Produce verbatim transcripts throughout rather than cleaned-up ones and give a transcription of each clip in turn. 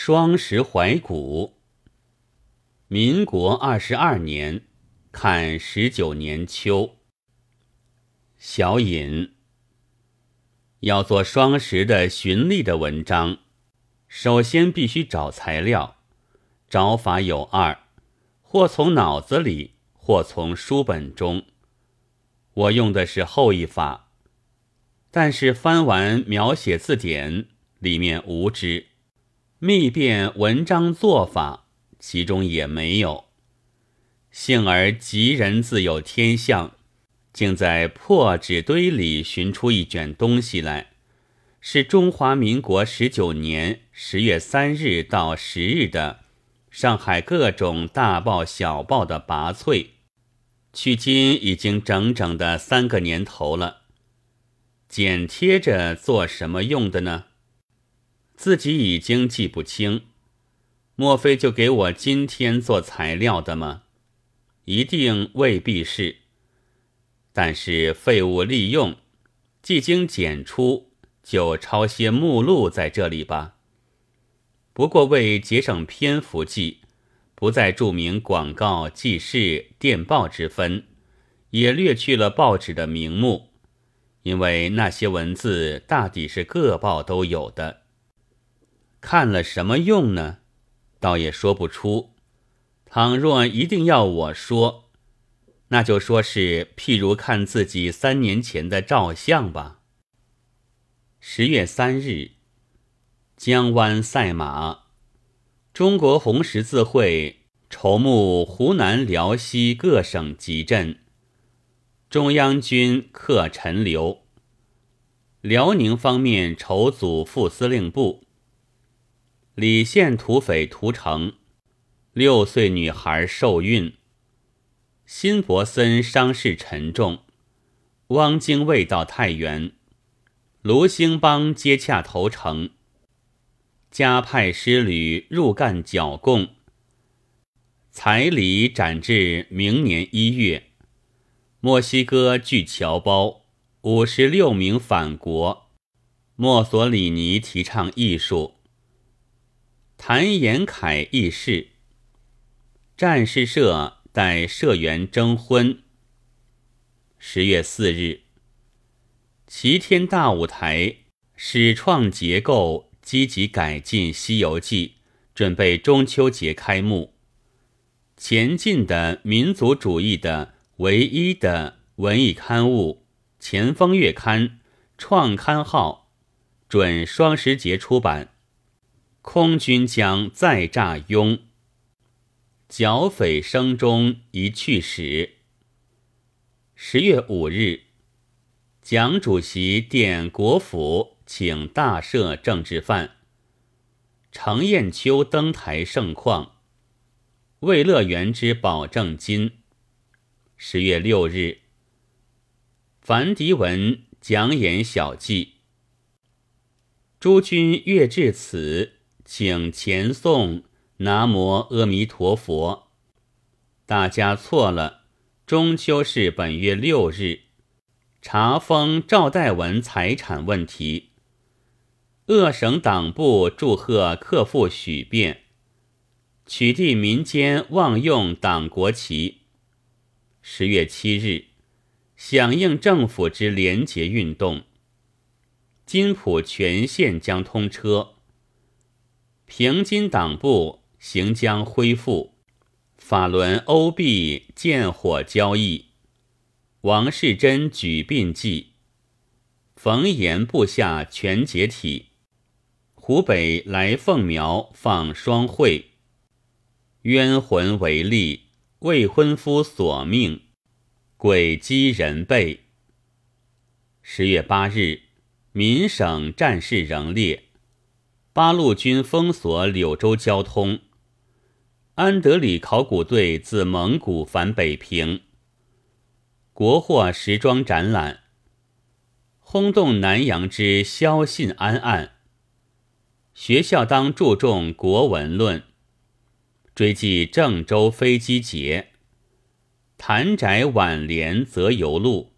双石怀古。民国二十二年，看十九年秋。小引：要做双石的循例的文章，首先必须找材料，找法有二，或从脑子里，或从书本中。我用的是后一法，但是翻完描写字典，里面无之；密遍文章做法，其中也没有。幸而吉人自有天相，竟在破纸堆里寻出一卷东西来，是中华民国十九年十月三日到十日的上海各种大报小报的拔萃，距今已经整整的三个年头了。剪贴着做什么用的呢？自己已经记不清，莫非就给我今天做材料的吗？一定未必是。但是废物利用，既经剪出，就抄些目录在这里吧。不过为节省篇幅记，不再注明广告、记事、电报之分，也略去了报纸的名目，因为那些文字大抵是各报都有的。看了什么用呢？倒也说不出。倘若一定要我说，那就说是譬如看自己三年前的照相吧。十月三日，江湾赛马。中国红十字会筹募湖南辽西各省集镇，中央军克陈留，辽宁方面筹组副司令部。李县土匪屠城，六岁女孩受孕。辛伯森伤势沉重，汪精卫到太原，卢兴邦接洽投诚，加派师旅入赣剿共。彩礼展至明年一月。墨西哥拒侨胞，五十六名返国。墨索里尼提倡艺术。谭延闿议事。战士社待社员征婚。十月四日，齐天大舞台始创结构，积极改进《西游记》，准备中秋节开幕。前进的民族主义的唯一的文艺刊物《前锋月刊》创刊号准双十节出版。空军将再炸雍。剿匪声中一去史。十月五日，蒋主席电国府请大赦政治犯。程砚秋登台盛况。魏乐园之保证金。十月六日，樊迪文讲演小记。诸君阅至此，请前诵南无阿弥陀佛。大家错了，中秋是本月六日。查封赵代文财产问题。鄂省党部祝贺克复许变。取缔民间妄用党国旗。十月七日，响应政府之廉洁运动。津浦全线将通车。平津党部行将恢复。法轮欧币见火交易。王世贞举殡祭。冯延部下全解体。湖北来凤苗放双会。冤魂为利，未婚夫索命，鬼击人背。十月八日，闽省战事仍烈。八路军封锁柳州交通。安德里考古队自蒙古返北平。国货时装展览。轰动南洋之萧信安案。学校当注重国文论。追记郑州飞机节。谭宅挽联择邮录。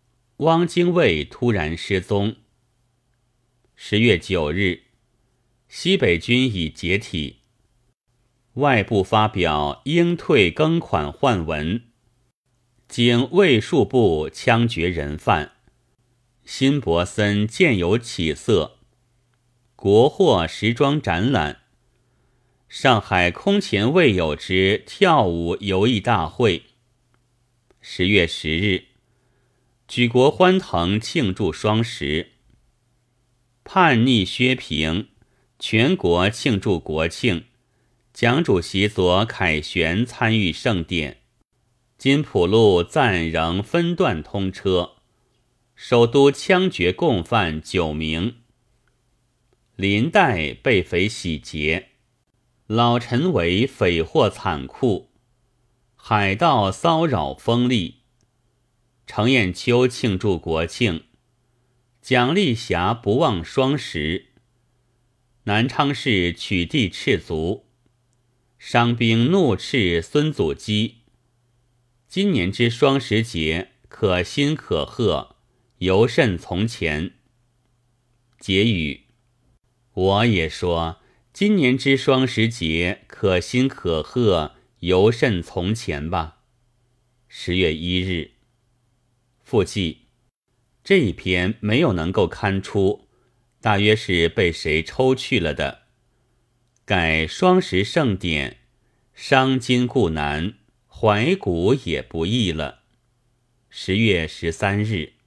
汪精卫突然失踪。十月九日， 西北军已解体。外部发表应退更款换文，经卫戍部枪决人犯。辛伯森渐有起色。国货时装展览。上海空前未有之跳舞游艺大会。十月十日，举国欢腾庆祝双十。叛逆削平，全国庆祝国庆。蒋主席左凯旋参与盛典。金浦路暂仍分段通车。首都枪决共犯九名。林黛被匪洗劫。老陈为匪祸惨酷。海盗骚扰锋利。程砚秋庆祝国庆。蒋丽霞不忘双十。南昌市取缔赤足。伤兵怒斥孙祖基。今年之双十节可欣可贺，尤甚从前。结语：我也说今年之双十节可欣可贺，尤甚从前吧。十月一日。附记：这一篇没有能够刊出，大约是被谁抽去了的。改双十盛典，伤筋固难，怀古也不易了。十月十三日。